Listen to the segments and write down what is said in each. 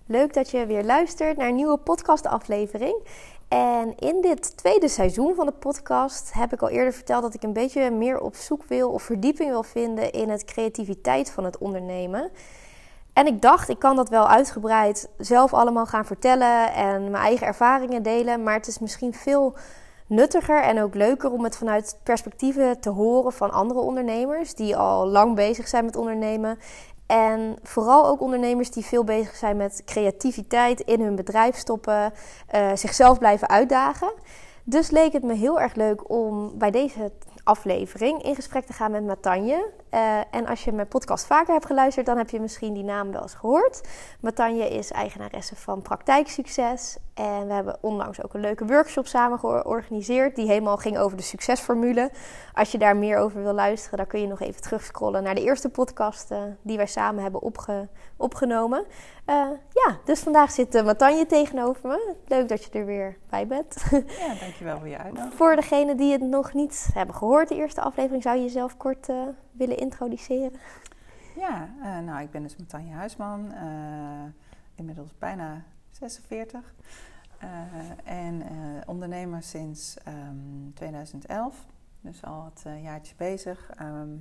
Leuk dat je weer luistert naar een nieuwe podcastaflevering. En in dit tweede seizoen van de podcast heb ik al eerder verteld dat ik een beetje meer op zoek wil of verdieping wil vinden in het creativiteit van het ondernemen. En ik dacht, ik kan dat wel uitgebreid zelf allemaal gaan vertellen en mijn eigen ervaringen delen. Maar het is misschien veel nuttiger en ook leuker om het vanuit perspectieven te horen van andere ondernemers die al lang bezig zijn met ondernemen. En vooral ook ondernemers die veel bezig zijn met creativiteit in hun bedrijf stoppen, zichzelf blijven uitdagen. Dus leek het me heel erg leuk om bij deze aflevering in gesprek te gaan met Matanje. En als je mijn podcast vaker hebt geluisterd, dan heb je misschien die naam wel eens gehoord. Matanje is eigenaresse van Praktijksucces. En we hebben onlangs ook een leuke workshop samen georganiseerd die helemaal ging over de succesformule. Als je daar meer over wil luisteren, dan kun je nog even terugscrollen naar de eerste podcast die wij samen hebben opgenomen. Dus vandaag zit Matanje tegenover me. Leuk dat je er weer bij bent. Ja, dankjewel voor je uitnodiging. Voor degenen die het nog niet hebben gehoord, de eerste aflevering, zou je jezelf kort willen introduceren? Ja, ik ben dus Matanje Huisman, inmiddels bijna 46 en ondernemer sinds 2011, dus al het jaartje bezig.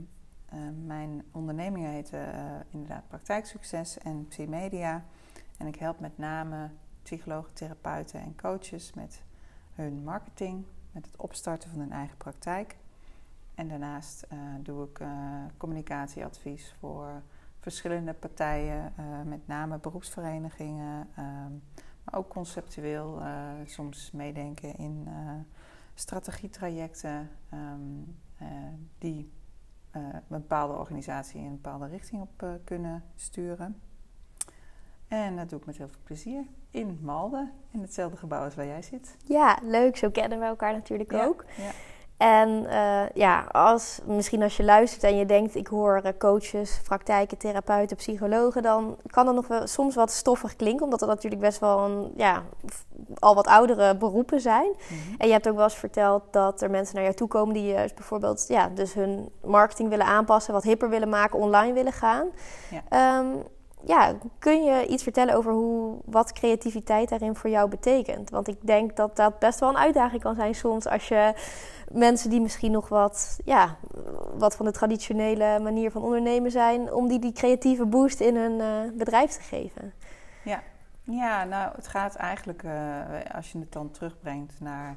Mijn onderneming heet inderdaad Praktijksucces en Psymedia en ik help met name psychologen, therapeuten en coaches met hun marketing, met het opstarten van hun eigen praktijk. En daarnaast doe ik communicatieadvies voor verschillende partijen, met name beroepsverenigingen, maar ook conceptueel soms meedenken in strategietrajecten die een bepaalde organisatie in een bepaalde richting op kunnen sturen. En dat doe ik met heel veel plezier in Malden, in hetzelfde gebouw als waar jij zit. Ja, leuk. Zo kennen we elkaar natuurlijk ook. Ja. En als je luistert en je denkt, ik hoor coaches, praktijken, therapeuten, psychologen, dan kan dat nog wel soms wat stoffig klinken, omdat het natuurlijk best wel al wat oudere beroepen zijn. Mm-hmm. En je hebt ook wel eens verteld dat er mensen naar jou toe komen die juist bijvoorbeeld dus hun marketing willen aanpassen, wat hipper willen maken, online willen gaan. Ja. Kun je iets vertellen over wat creativiteit daarin voor jou betekent? Want ik denk dat dat best wel een uitdaging kan zijn soms als je mensen die misschien nog wat van de traditionele manier van ondernemen zijn, om die creatieve boost in hun bedrijf te geven. Ja, nou het gaat eigenlijk, als je het dan terugbrengt naar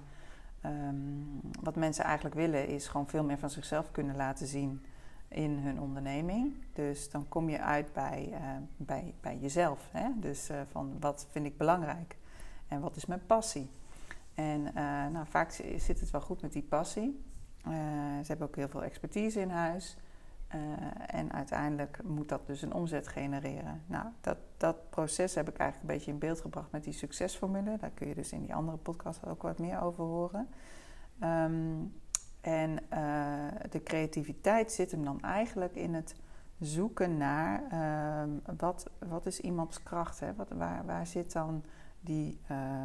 wat mensen eigenlijk willen, is gewoon veel meer van zichzelf kunnen laten zien in hun onderneming. Dus dan kom je uit bij jezelf. Hè? Dus van wat vind ik belangrijk en wat is mijn passie. En vaak zit het wel goed met die passie. Ze hebben ook heel veel expertise in huis. En uiteindelijk moet dat dus een omzet genereren. Nou, dat proces heb ik eigenlijk een beetje in beeld gebracht met die succesformule. Daar kun je dus in die andere podcast ook wat meer over horen. De creativiteit zit hem dan eigenlijk in het zoeken naar wat is iemands kracht. Hè? Waar zit dan die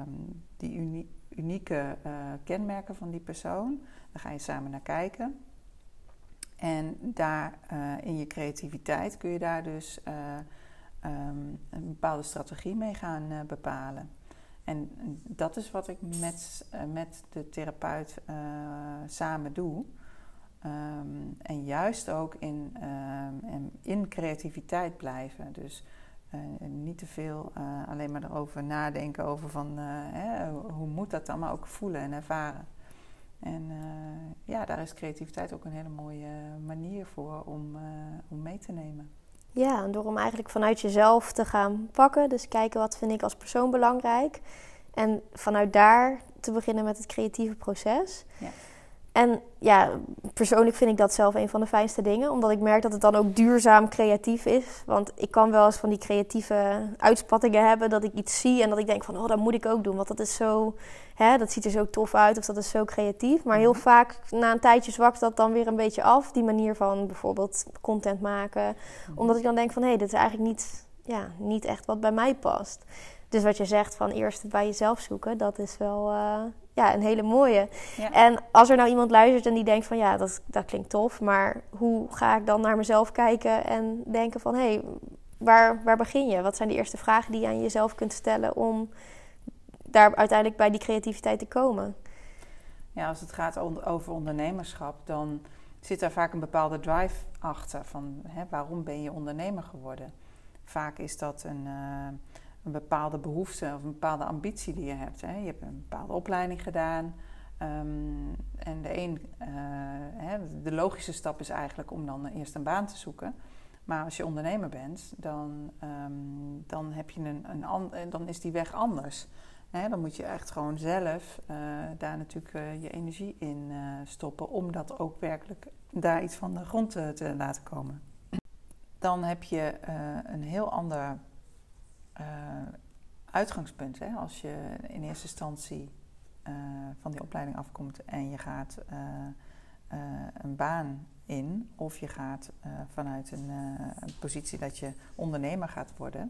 unieke kenmerken van die persoon? Daar ga je samen naar kijken. En daar in je creativiteit kun je daar dus een bepaalde strategie mee gaan bepalen. En dat is wat ik met de therapeut samen doe. En juist ook in creativiteit blijven. Dus niet te veel alleen maar erover nadenken over van hoe moet dat dan, maar ook voelen en ervaren. En daar is creativiteit ook een hele mooie manier voor om mee te nemen. Ja, en door hem eigenlijk vanuit jezelf te gaan pakken. Dus kijken, wat vind ik als persoon belangrijk. En vanuit daar te beginnen met het creatieve proces. Ja. En persoonlijk vind ik dat zelf een van de fijnste dingen. Omdat ik merk dat het dan ook duurzaam creatief is. Want ik kan wel eens van die creatieve uitspattingen hebben. Dat ik iets zie en dat ik denk van, dat moet ik ook doen. Want dat is zo, dat ziet er zo tof uit of dat is zo creatief. Maar heel vaak na een tijdje zwakt dat dan weer een beetje af. Die manier van bijvoorbeeld content maken. Omdat ik dan denk van, dit is eigenlijk niet echt wat bij mij past. Dus wat je zegt van eerst het bij jezelf zoeken, dat is wel een hele mooie. Ja. En als er nou iemand luistert en die denkt van dat klinkt tof, maar hoe ga ik dan naar mezelf kijken en denken van waar begin je? Wat zijn de eerste vragen die je aan jezelf kunt stellen om daar uiteindelijk bij die creativiteit te komen? Ja, als het gaat over ondernemerschap, dan zit daar vaak een bepaalde drive achter. Van, waarom ben je ondernemer geworden? Vaak is dat een bepaalde behoefte of een bepaalde ambitie die je hebt. Hè? Je hebt een bepaalde opleiding gedaan. En de logische stap is eigenlijk om dan eerst een baan te zoeken. Maar als je ondernemer bent, dan heb je dan is die weg anders. Dan moet je echt gewoon zelf daar natuurlijk je energie in stoppen om dat ook werkelijk daar iets van de grond te laten komen. Dan heb je een heel ander uitgangspunt. Hè? Als je in eerste instantie van die opleiding afkomt en je gaat een baan in, of je gaat vanuit een positie dat je ondernemer gaat worden.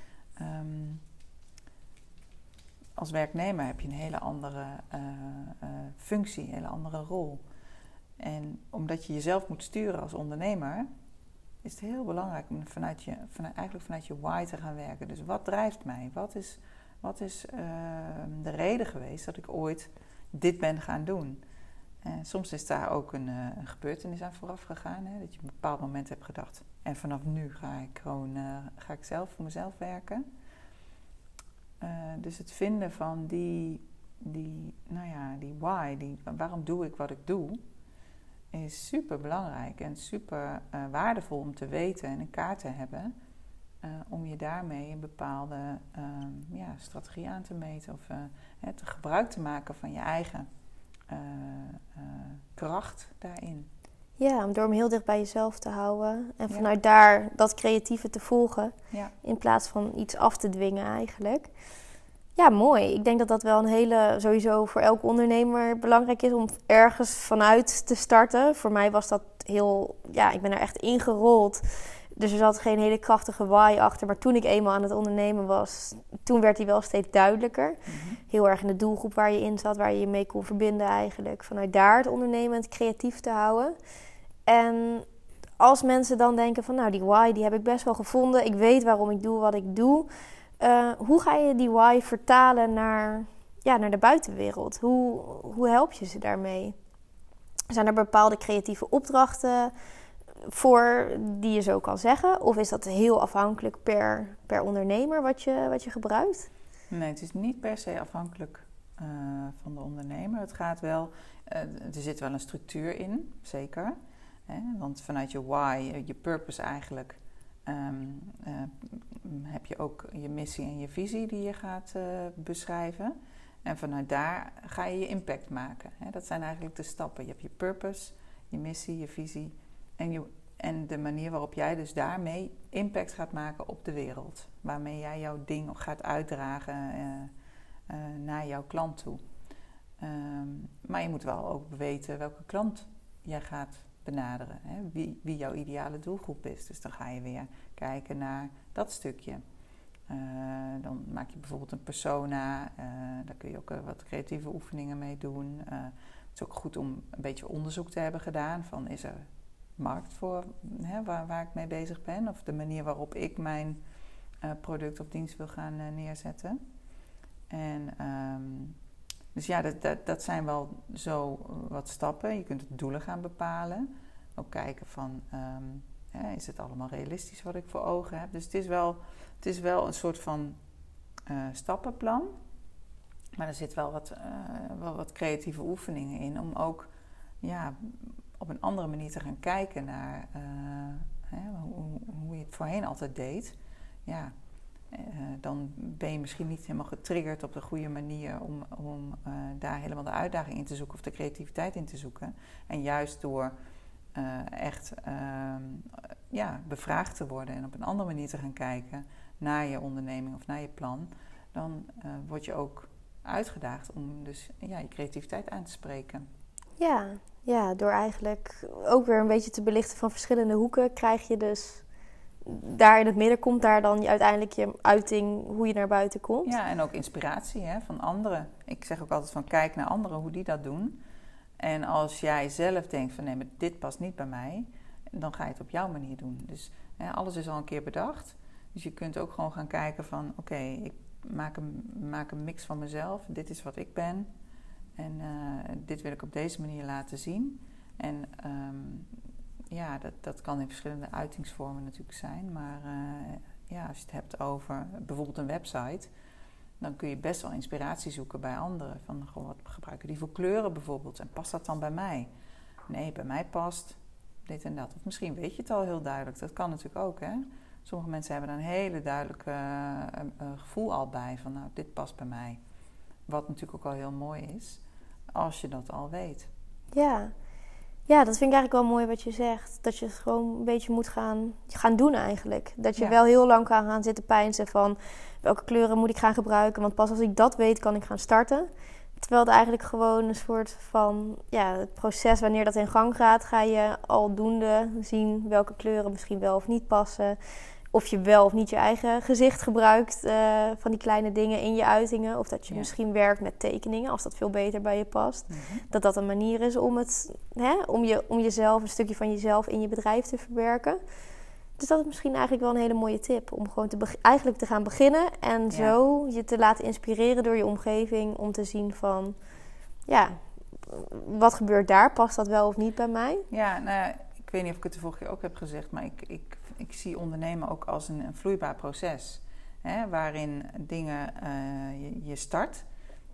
Als werknemer heb je een hele andere functie, een hele andere rol. En omdat je jezelf moet sturen als ondernemer, is het heel belangrijk om vanuit je why te gaan werken. Dus wat drijft mij? Wat is de reden geweest dat ik ooit dit ben gaan doen? En soms is daar ook een gebeurtenis aan vooraf gegaan. Hè? Dat je op een bepaald moment hebt gedacht, en vanaf nu ga ik zelf voor mezelf werken. Dus het vinden van die why, waarom doe ik wat ik doe, is super belangrijk en super waardevol om te weten en in kaart te hebben. Om je daarmee een bepaalde strategie aan te meten of het gebruik te maken van je eigen kracht daarin. Ja, door hem heel dicht bij jezelf te houden en vanuit daar dat creatieve te volgen, in plaats van iets af te dwingen eigenlijk. Ja, mooi. Ik denk dat dat wel een hele, sowieso voor elke ondernemer belangrijk is om ergens vanuit te starten. Voor mij was dat ik ben er echt ingerold. Dus er zat geen hele krachtige why achter. Maar toen ik eenmaal aan het ondernemen was, toen werd die wel steeds duidelijker. Mm-hmm. Heel erg in de doelgroep waar je in zat, waar je je mee kon verbinden eigenlijk. Vanuit daar het ondernemen en het creatief te houden. En als mensen dan denken van die why, die heb ik best wel gevonden. Ik weet waarom ik doe wat ik doe. Hoe ga je die why vertalen naar de buitenwereld? Hoe help je ze daarmee? Zijn er bepaalde creatieve opdrachten voor die je zo kan zeggen? Of is dat heel afhankelijk per ondernemer wat je gebruikt? Nee, het is niet per se afhankelijk van de ondernemer. Het gaat wel, er zit wel een structuur in, zeker. Want vanuit je why, je purpose eigenlijk, heb je ook je missie en je visie die je gaat beschrijven. En vanuit daar ga je impact maken. Dat zijn eigenlijk de stappen. Je hebt je purpose, je missie, je visie en de manier waarop jij dus daarmee impact gaat maken op de wereld. Waarmee jij jouw ding gaat uitdragen naar jouw klant toe. Maar je moet wel ook weten welke klant jij gaat benaderen. Wie jouw ideale doelgroep is. Dus dan ga je weer kijken naar dat stukje. Dan maak je bijvoorbeeld een persona. Daar kun je ook wat creatieve oefeningen mee doen. Het is ook goed om een beetje onderzoek te hebben gedaan. Van is er markt voor waar ik mee bezig ben? Of de manier waarop ik mijn product of dienst wil gaan neerzetten. En dus dat zijn wel zo wat stappen. Je kunt het doelen gaan bepalen. Ook kijken van, is het allemaal realistisch wat ik voor ogen heb? Dus het is wel een soort van stappenplan. Maar er zit wel wat creatieve oefeningen in. Om ook op een andere manier te gaan kijken naar hoe je het voorheen altijd deed. Ja. Dan ben je misschien niet helemaal getriggerd op de goede manier om daar helemaal de uitdaging in te zoeken of de creativiteit in te zoeken. En juist door echt bevraagd te worden en op een andere manier te gaan kijken naar je onderneming of naar je plan, dan word je ook uitgedaagd om dus je creativiteit aan te spreken. Ja, door eigenlijk ook weer een beetje te belichten van verschillende hoeken krijg je dus daar in het midden komt daar dan uiteindelijk je uiting, hoe je naar buiten komt. Ja, en ook inspiratie van anderen. Ik zeg ook altijd van kijk naar anderen, hoe die dat doen. En als jij zelf denkt van nee, maar dit past niet bij mij, dan ga je het op jouw manier doen. Dus alles is al een keer bedacht. Dus je kunt ook gewoon gaan kijken van... oké, ik maak een mix van mezelf. Dit is wat ik ben. En dit wil ik op deze manier laten zien. En dat kan in verschillende uitingsvormen natuurlijk zijn. Maar als je het hebt over bijvoorbeeld een website... dan kun je best wel inspiratie zoeken bij anderen. Van, goh, wat gebruiken die voor kleuren bijvoorbeeld? En past dat dan bij mij? Nee, bij mij past dit en dat. Of misschien weet je het al heel duidelijk. Dat kan natuurlijk ook, hè? Sommige mensen hebben daar een hele duidelijke gevoel al bij. Van, nou, dit past bij mij. Wat natuurlijk ook al heel mooi is. Als je dat al weet. Ja, dat vind ik eigenlijk wel mooi wat je zegt. Dat je het gewoon een beetje moet gaan doen eigenlijk. Dat je wel heel lang kan gaan zitten peinzen van... welke kleuren moet ik gaan gebruiken? Want pas als ik dat weet, kan ik gaan starten. Terwijl het eigenlijk gewoon een soort van... het proces, wanneer dat in gang gaat... ga je aldoende zien welke kleuren misschien wel of niet passen... Of je wel of niet je eigen gezicht gebruikt van die kleine dingen in je uitingen. Of dat je misschien werkt met tekeningen, als dat veel beter bij je past. Mm-hmm. Dat een manier is om jezelf, een stukje van jezelf in je bedrijf te verwerken. Dus dat is misschien eigenlijk wel een hele mooie tip. Om gewoon eigenlijk te gaan beginnen. En zo je te laten inspireren door je omgeving. Om te zien van, wat gebeurt daar? Past dat wel of niet bij mij? Ja, nou ja, ik weet niet of ik het de vorige keer ook heb gezegd. Maar ik zie ondernemen ook als een vloeibaar proces. Hè, waarin dingen je start.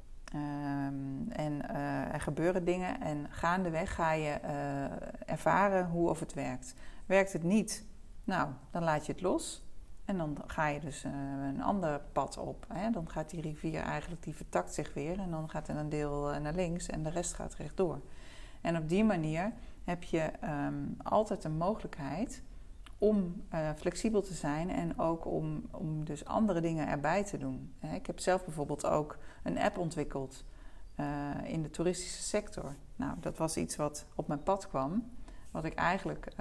Er gebeuren dingen. En gaandeweg ga je ervaren hoe of het werkt. Werkt het niet? Nou, dan laat je het los. En dan ga je dus een ander pad op. Hè? Dan gaat die rivier eigenlijk, die vertakt zich weer. En dan gaat er een deel naar links en de rest gaat rechtdoor. En op die manier heb je altijd een mogelijkheid om flexibel te zijn en ook om dus andere dingen erbij te doen. Ik heb zelf bijvoorbeeld ook een app ontwikkeld in de toeristische sector. Nou, dat was iets wat op mijn pad kwam, wat ik eigenlijk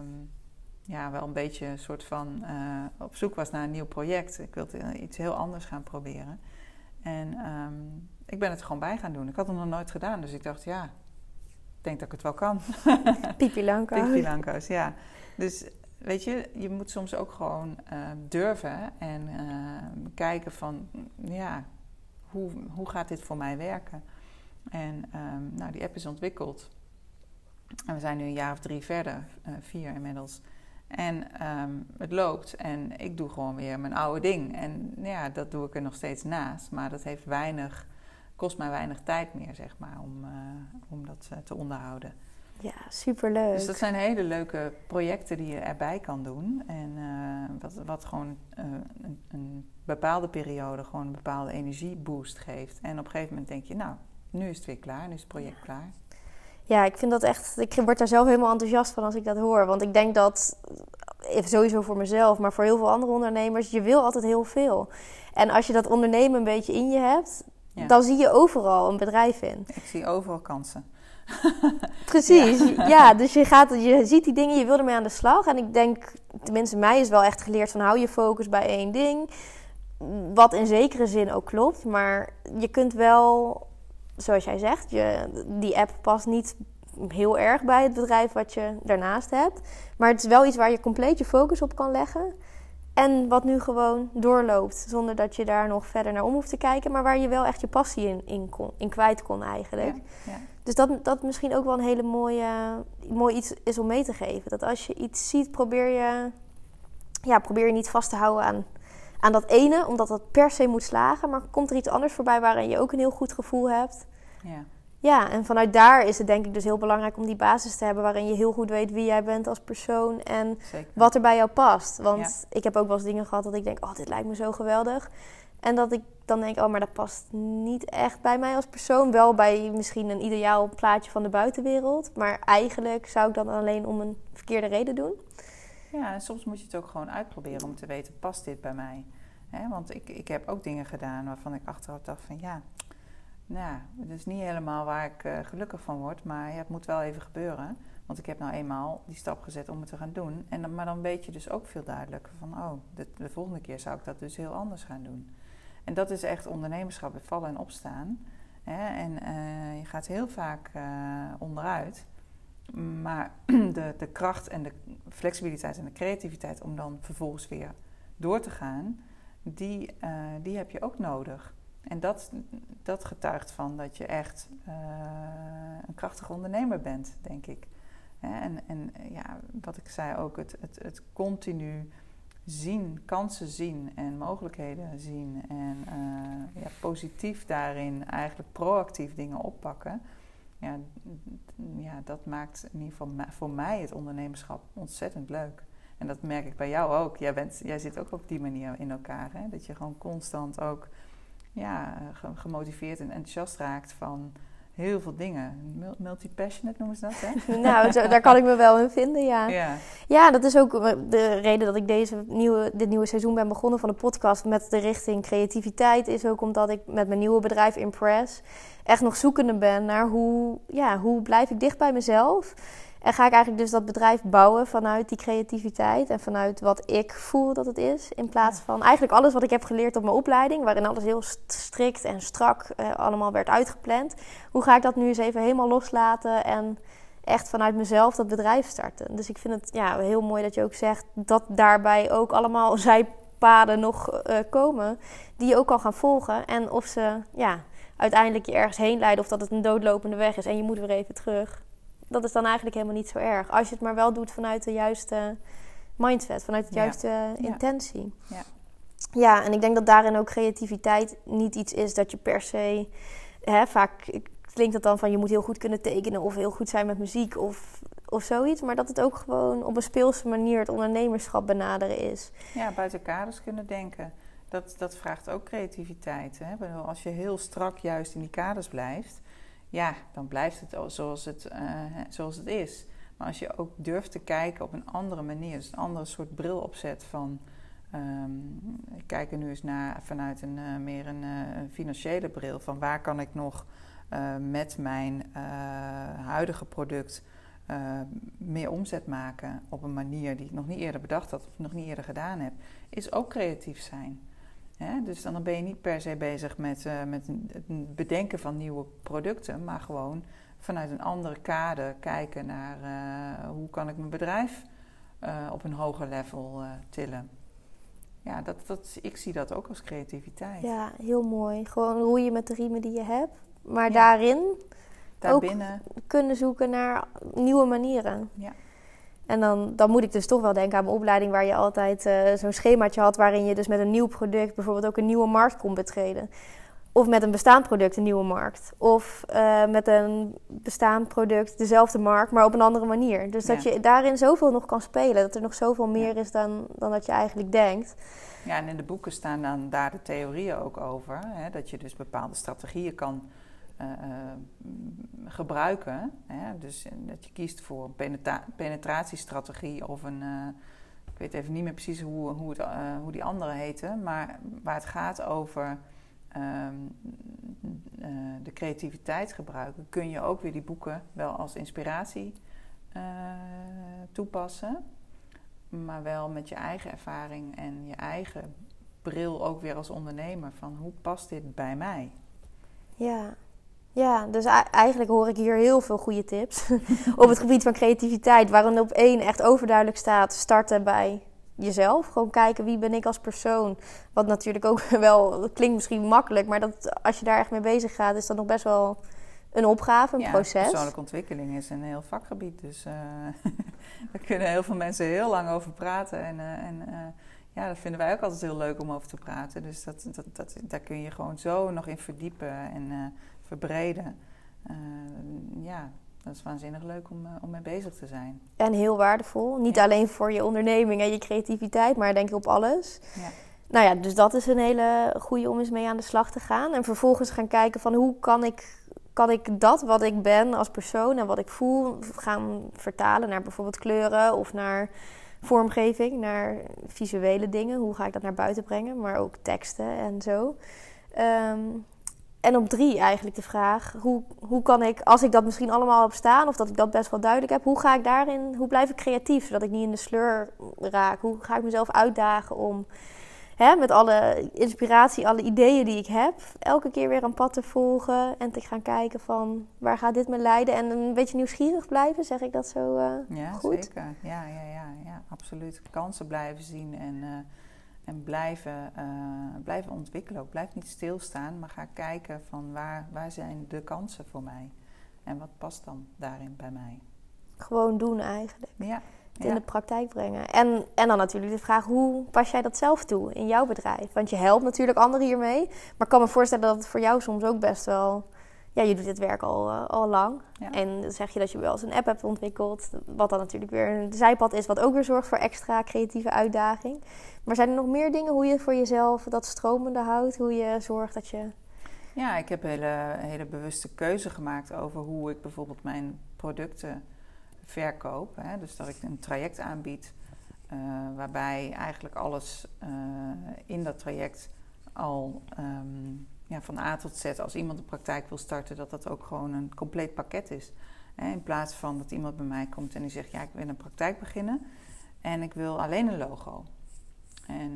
wel een beetje een soort van op zoek was naar een nieuw project. Ik wilde iets heel anders gaan proberen. En ik ben het er gewoon bij gaan doen. Ik had het nog nooit gedaan, dus ik dacht, ik denk dat ik het wel kan. Pipi Lanka's, ja. Dus weet je, je moet soms ook gewoon durven en kijken van, hoe gaat dit voor mij werken? En die app is ontwikkeld. En we zijn nu een jaar of 3 verder, 4 inmiddels. En het loopt en ik doe gewoon weer mijn oude ding. En dat doe ik er nog steeds naast. Maar dat heeft kost mij weinig tijd meer, zeg maar, om dat te onderhouden. Ja, superleuk. Dus dat zijn hele leuke projecten die je erbij kan doen. En wat gewoon een bepaalde periode gewoon een bepaalde energieboost geeft. En op een gegeven moment denk je, nou, nu is het weer klaar, nu is het project klaar. Ja, ik vind dat echt... Ik word daar zelf helemaal enthousiast van als ik dat hoor. Want ik denk dat, sowieso voor mezelf, maar voor heel veel andere ondernemers, je wil altijd heel veel. En als je dat ondernemen een beetje in je hebt, dan zie je overal een bedrijf in. Ik zie overal kansen. Precies, ja. Dus je ziet die dingen, je wil ermee aan de slag. En ik denk, tenminste mij is wel echt geleerd van hou je focus bij één ding. Wat in zekere zin ook klopt. Maar je kunt wel, zoals jij zegt, die app past niet heel erg bij het bedrijf wat je daarnaast hebt. Maar het is wel iets waar je compleet je focus op kan leggen. En wat nu gewoon doorloopt, zonder dat je daar nog verder naar om hoeft te kijken. Maar waar je wel echt je passie in kwijt kon eigenlijk. Ja. Dus dat misschien ook wel een hele mooi iets is om mee te geven. Dat als je iets ziet, probeer je niet vast te houden aan dat ene. Omdat dat per se moet slagen. Maar komt er iets anders voorbij waarin je ook een heel goed gevoel hebt. Ja, en vanuit daar is het denk ik dus heel belangrijk om die basis te hebben waarin je heel goed weet wie jij bent als persoon en wat er bij jou past. Want ik heb ook wel eens dingen gehad dat ik denk, dit lijkt me zo geweldig. En dat ik dan denk, maar dat past niet echt bij mij als persoon. Wel bij misschien een ideaal plaatje van de buitenwereld. Maar eigenlijk zou ik dat alleen om een verkeerde reden doen. Ja, en soms moet je het ook gewoon uitproberen om te weten, past dit bij mij? Want ik heb ook dingen gedaan waarvan ik achteraf dacht van het is niet helemaal waar ik gelukkig van word, maar het moet wel even gebeuren. Want ik heb nou eenmaal die stap gezet om het te gaan doen. Maar dan weet je dus ook veel duidelijker van, de volgende keer zou ik dat dus heel anders gaan doen. En dat is echt ondernemerschap, bij vallen en opstaan. En je gaat heel vaak onderuit. Maar de kracht en de flexibiliteit en de creativiteit om dan vervolgens weer door te gaan, die heb je ook nodig. En dat getuigt van dat je echt een krachtige ondernemer bent, denk ik. En wat ik zei ook, het continu zien, kansen zien en mogelijkheden zien en positief daarin eigenlijk proactief dingen oppakken. Dat maakt in ieder geval voor mij het ondernemerschap ontzettend leuk. En dat merk ik bij jou ook. Jij zit ook op die manier in elkaar. Hè? Dat je gewoon constant ook gemotiveerd en enthousiast raakt van heel veel dingen. Multi-passionate noemen ze dat, hè? Nou, daar kan ik me wel in vinden, ja. Ja, dat is ook de reden dat ik dit nieuwe seizoen ben begonnen van de podcast met de richting creativiteit. Is ook omdat ik met mijn nieuwe bedrijf Impress echt nog zoekende ben naar hoe blijf ik dicht bij mezelf. En ga ik eigenlijk dus dat bedrijf bouwen vanuit die creativiteit en vanuit wat ik voel dat het is. In plaats van eigenlijk alles wat ik heb geleerd op mijn opleiding, waarin alles heel strikt en strak allemaal werd uitgepland. Hoe ga ik dat nu eens even helemaal loslaten en echt vanuit mezelf dat bedrijf starten? Dus ik vind het heel mooi dat je ook zegt dat daarbij ook allemaal zijpaden nog komen die je ook kan gaan volgen. En of ze uiteindelijk je ergens heen leiden of dat het een doodlopende weg is en je moet weer even terug. Dat is dan eigenlijk helemaal niet zo erg. Als je het maar wel doet vanuit de juiste mindset, vanuit de juiste intentie. Ja, en ik denk dat daarin ook creativiteit niet iets is dat je per se... vaak klinkt het dan van je moet heel goed kunnen tekenen of heel goed zijn met muziek of zoiets. Maar dat het ook gewoon op een speelse manier het ondernemerschap benaderen is. Ja, buiten kaders kunnen denken. Dat vraagt ook creativiteit. Hè? Als je heel strak juist in die kaders blijft... dan blijft het zoals het is. Maar als je ook durft te kijken op een andere manier, dus een andere soort bril opzet van... ik kijk er nu eens naar vanuit meer een financiële bril, van waar kan ik nog met mijn huidige product meer omzet maken op een manier die ik nog niet eerder bedacht had of nog niet eerder gedaan heb, is ook creatief zijn. Dus dan ben je niet per se bezig met het bedenken van nieuwe producten, maar gewoon vanuit een andere kader kijken naar hoe kan ik mijn bedrijf op een hoger level tillen. Ja, ik zie dat ook als creativiteit. Ja, heel mooi. Gewoon roeien met de riemen die je hebt, maar daarbinnen ook kunnen zoeken naar nieuwe manieren. Ja. En dan moet ik dus toch wel denken aan mijn opleiding, waar je altijd zo'n schemaatje had waarin je dus met een nieuw product bijvoorbeeld ook een nieuwe markt kon betreden. Of met een bestaand product een nieuwe markt. Of met een bestaand product dezelfde markt, maar op een andere manier. Dus dat je daarin zoveel nog kan spelen. Dat er nog zoveel meer is dan dat je eigenlijk denkt. Ja, en in de boeken staan dan daar de theorieën ook over. Hè, dat je dus bepaalde strategieën kan gebruiken. Hè? Dus dat je kiest voor een penetratiestrategie of een... ik weet even niet meer precies hoe die andere heten. Maar waar het gaat over de creativiteit gebruiken, kun je ook weer die boeken wel als inspiratie toepassen. Maar wel met je eigen ervaring en je eigen bril ook weer als ondernemer. Van hoe past dit bij mij? Ja, dus eigenlijk hoor ik hier heel veel goede tips op het gebied van creativiteit. Waarin op 1 echt overduidelijk staat, starten bij jezelf. Gewoon kijken, wie ben ik als persoon? Wat natuurlijk ook wel, dat klinkt misschien makkelijk, maar dat, als je daar echt mee bezig gaat, is dat nog best wel een opgave, een proces. Persoonlijke ontwikkeling is een heel vakgebied. Dus daar kunnen heel veel mensen heel lang over praten. En dat vinden wij ook altijd heel leuk om over te praten. Dus daar kun je gewoon zo nog in verdiepen en verbreden. Dat is waanzinnig leuk om mee bezig te zijn. En heel waardevol. Niet alleen voor je onderneming en je creativiteit, maar denk ik op alles. Ja. Nou ja, dus dat is een hele goede om eens mee aan de slag te gaan. En vervolgens gaan kijken van hoe kan ik dat wat ik ben als persoon en wat ik voel gaan vertalen naar bijvoorbeeld kleuren of naar vormgeving, naar visuele dingen. Hoe ga ik dat naar buiten brengen, maar ook teksten en zo. En op 3 eigenlijk de vraag, hoe kan ik, als ik dat misschien allemaal heb staan, of dat ik dat best wel duidelijk heb, hoe blijf ik creatief, zodat ik niet in de sleur raak? Hoe ga ik mezelf uitdagen om met alle inspiratie, alle ideeën die ik heb, elke keer weer een pad te volgen en te gaan kijken van waar gaat dit me leiden? En een beetje nieuwsgierig blijven, zeg ik dat zo goed? Ja, zeker. Ja, absoluut. Kansen blijven zien En blijven ontwikkelen ook. Blijf niet stilstaan, maar ga kijken van waar zijn de kansen voor mij. En wat past dan daarin bij mij. Gewoon doen eigenlijk. Ja. Het in de praktijk brengen. En dan natuurlijk de vraag, hoe pas jij dat zelf toe in jouw bedrijf? Want je helpt natuurlijk anderen hiermee. Maar ik kan me voorstellen dat het voor jou soms ook best wel... Ja, je doet dit werk al lang. Ja. En dan zeg je dat je wel eens een app hebt ontwikkeld. Wat dan natuurlijk weer een zijpad is. Wat ook weer zorgt voor extra creatieve uitdaging. Maar zijn er nog meer dingen hoe je voor jezelf dat stromende houdt? Hoe je zorgt dat je... Ja, ik heb een hele bewuste keuze gemaakt over hoe ik bijvoorbeeld mijn producten verkoop. Hè? Dus dat ik een traject aanbied waarbij eigenlijk alles in dat traject al van A tot Z, als iemand een praktijk wil starten, dat ook gewoon een compleet pakket is. Hè? In plaats van dat iemand bij mij komt en die zegt, ja, ik wil een praktijk beginnen en ik wil alleen een logo. En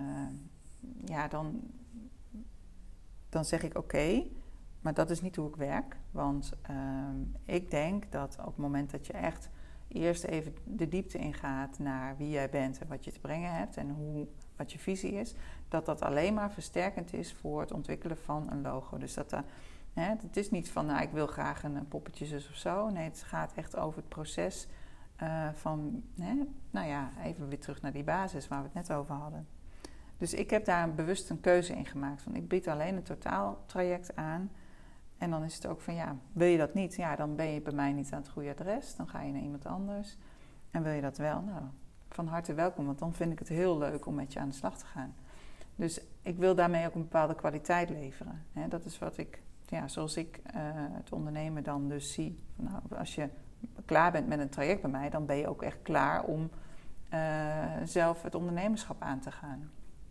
dan zeg ik oké, maar dat is niet hoe ik werk. Want ik denk dat op het moment dat je echt eerst even de diepte ingaat naar wie jij bent en wat je te brengen hebt en wat je visie is, dat alleen maar versterkend is voor het ontwikkelen van een logo. Dus het is niet van, ik wil graag een poppetjezus of zo. Nee, het gaat echt over het proces van, even weer terug naar die basis waar we het net over hadden. Dus ik heb daar bewust een keuze in gemaakt. Van, ik bied alleen een totaaltraject aan. En dan is het ook van, wil je dat niet? Ja, dan ben je bij mij niet aan het goede adres. Dan ga je naar iemand anders. En wil je dat wel? Nou, van harte welkom. Want dan vind ik het heel leuk om met je aan de slag te gaan. Dus ik wil daarmee ook een bepaalde kwaliteit leveren. Dat is wat ik, zoals ik het ondernemen dan dus zie. Nou, als je klaar bent met een traject bij mij, dan ben je ook echt klaar om zelf het ondernemerschap aan te gaan.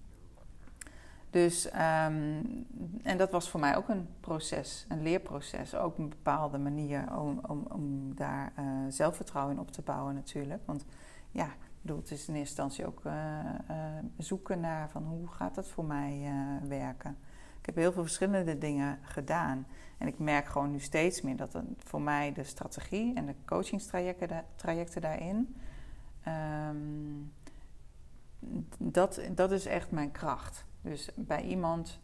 Dus, en dat was voor mij ook een proces, een leerproces. Ook een bepaalde manier om daar zelfvertrouwen in op te bouwen natuurlijk. Want het is in eerste instantie ook zoeken naar van hoe gaat dat voor mij werken. Ik heb heel veel verschillende dingen gedaan. En ik merk gewoon nu steeds meer dat voor mij de strategie en de coachingstrajecten daarin... dat is echt mijn kracht. Dus bij iemand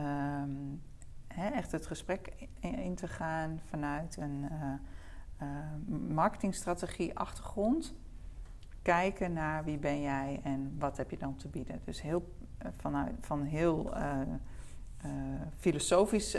echt het gesprek in te gaan vanuit een marketingstrategie achtergrond. Kijken naar wie ben jij en wat heb je dan te bieden. Dus heel van heel filosofisch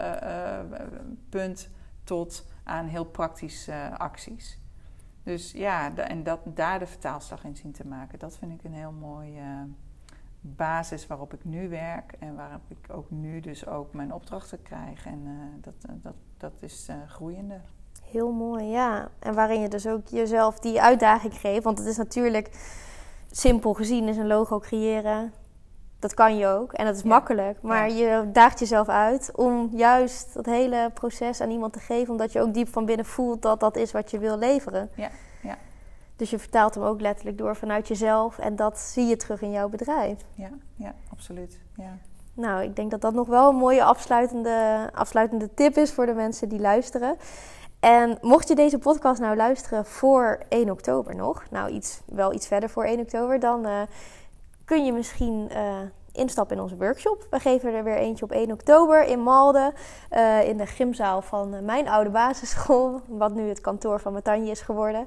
punt tot aan heel praktische acties. Dus daar de vertaalslag in zien te maken. Dat vind ik een heel mooie basis waarop ik nu werk. En waarop ik ook nu dus ook mijn opdrachten krijg. En dat is groeiende. Heel mooi, ja. En waarin je dus ook jezelf die uitdaging geeft. Want het is natuurlijk, simpel gezien, is een logo creëren. Dat kan je ook. En dat is makkelijk. Maar je daagt jezelf uit om juist dat hele proces aan iemand te geven. Omdat je ook diep van binnen voelt dat dat is wat je wil leveren. Ja. Dus je vertaalt hem ook letterlijk door vanuit jezelf. En dat zie je terug in jouw bedrijf. Ja, absoluut. Ja. Nou, ik denk dat dat nog wel een mooie afsluitende tip is voor de mensen die luisteren. En mocht je deze podcast nou luisteren voor 1 oktober nog, wel iets verder voor 1 oktober, dan kun je misschien instappen in onze workshop. We geven er weer eentje op 1 oktober in Malden, in de gymzaal van mijn oude basisschool, wat nu het kantoor van Matanje is geworden.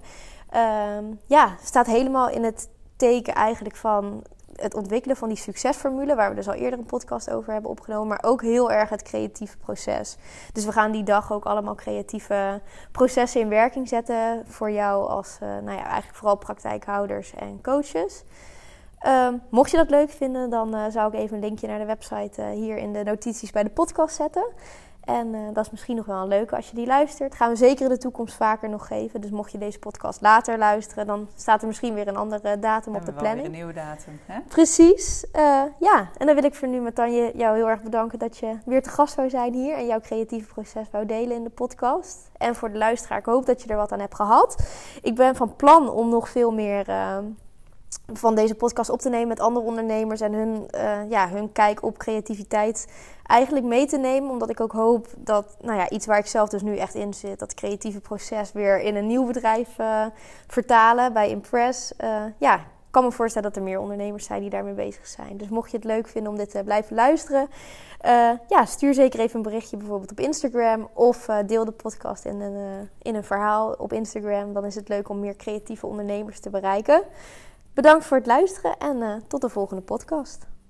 Staat helemaal in het teken eigenlijk van het ontwikkelen van die succesformule, waar we dus al eerder een podcast over hebben opgenomen, maar ook heel erg het creatieve proces. Dus we gaan die dag ook allemaal creatieve processen in werking zetten voor jou als eigenlijk vooral praktijkhouders en coaches. Mocht je dat leuk vinden, dan zou ik even een linkje naar de website hier in de notities bij de podcast zetten. En dat is misschien nog wel een leuke als je die luistert. Gaan we zeker in de toekomst vaker nog geven. Dus mocht je deze podcast later luisteren, dan staat er misschien weer een andere datum op de planning. Weer een nieuwe datum, hè? Precies. En dan wil ik voor nu, Matanje, jou heel erg bedanken dat je weer te gast wou zijn hier en jouw creatieve proces wou delen in de podcast. En voor de luisteraar, ik hoop dat je er wat aan hebt gehad. Ik ben van plan om nog veel meer van deze podcast op te nemen met andere ondernemers en hun kijk op creativiteit eigenlijk mee te nemen. Omdat ik ook hoop dat iets waar ik zelf dus nu echt in zit, dat creatieve proces weer in een nieuw bedrijf vertalen bij Impress. kan me voorstellen dat er meer ondernemers zijn die daarmee bezig zijn. Dus mocht je het leuk vinden om dit te blijven luisteren, stuur zeker even een berichtje bijvoorbeeld op Instagram. Of deel de podcast in een verhaal op Instagram. Dan is het leuk om meer creatieve ondernemers te bereiken. Bedankt voor het luisteren en tot de volgende podcast.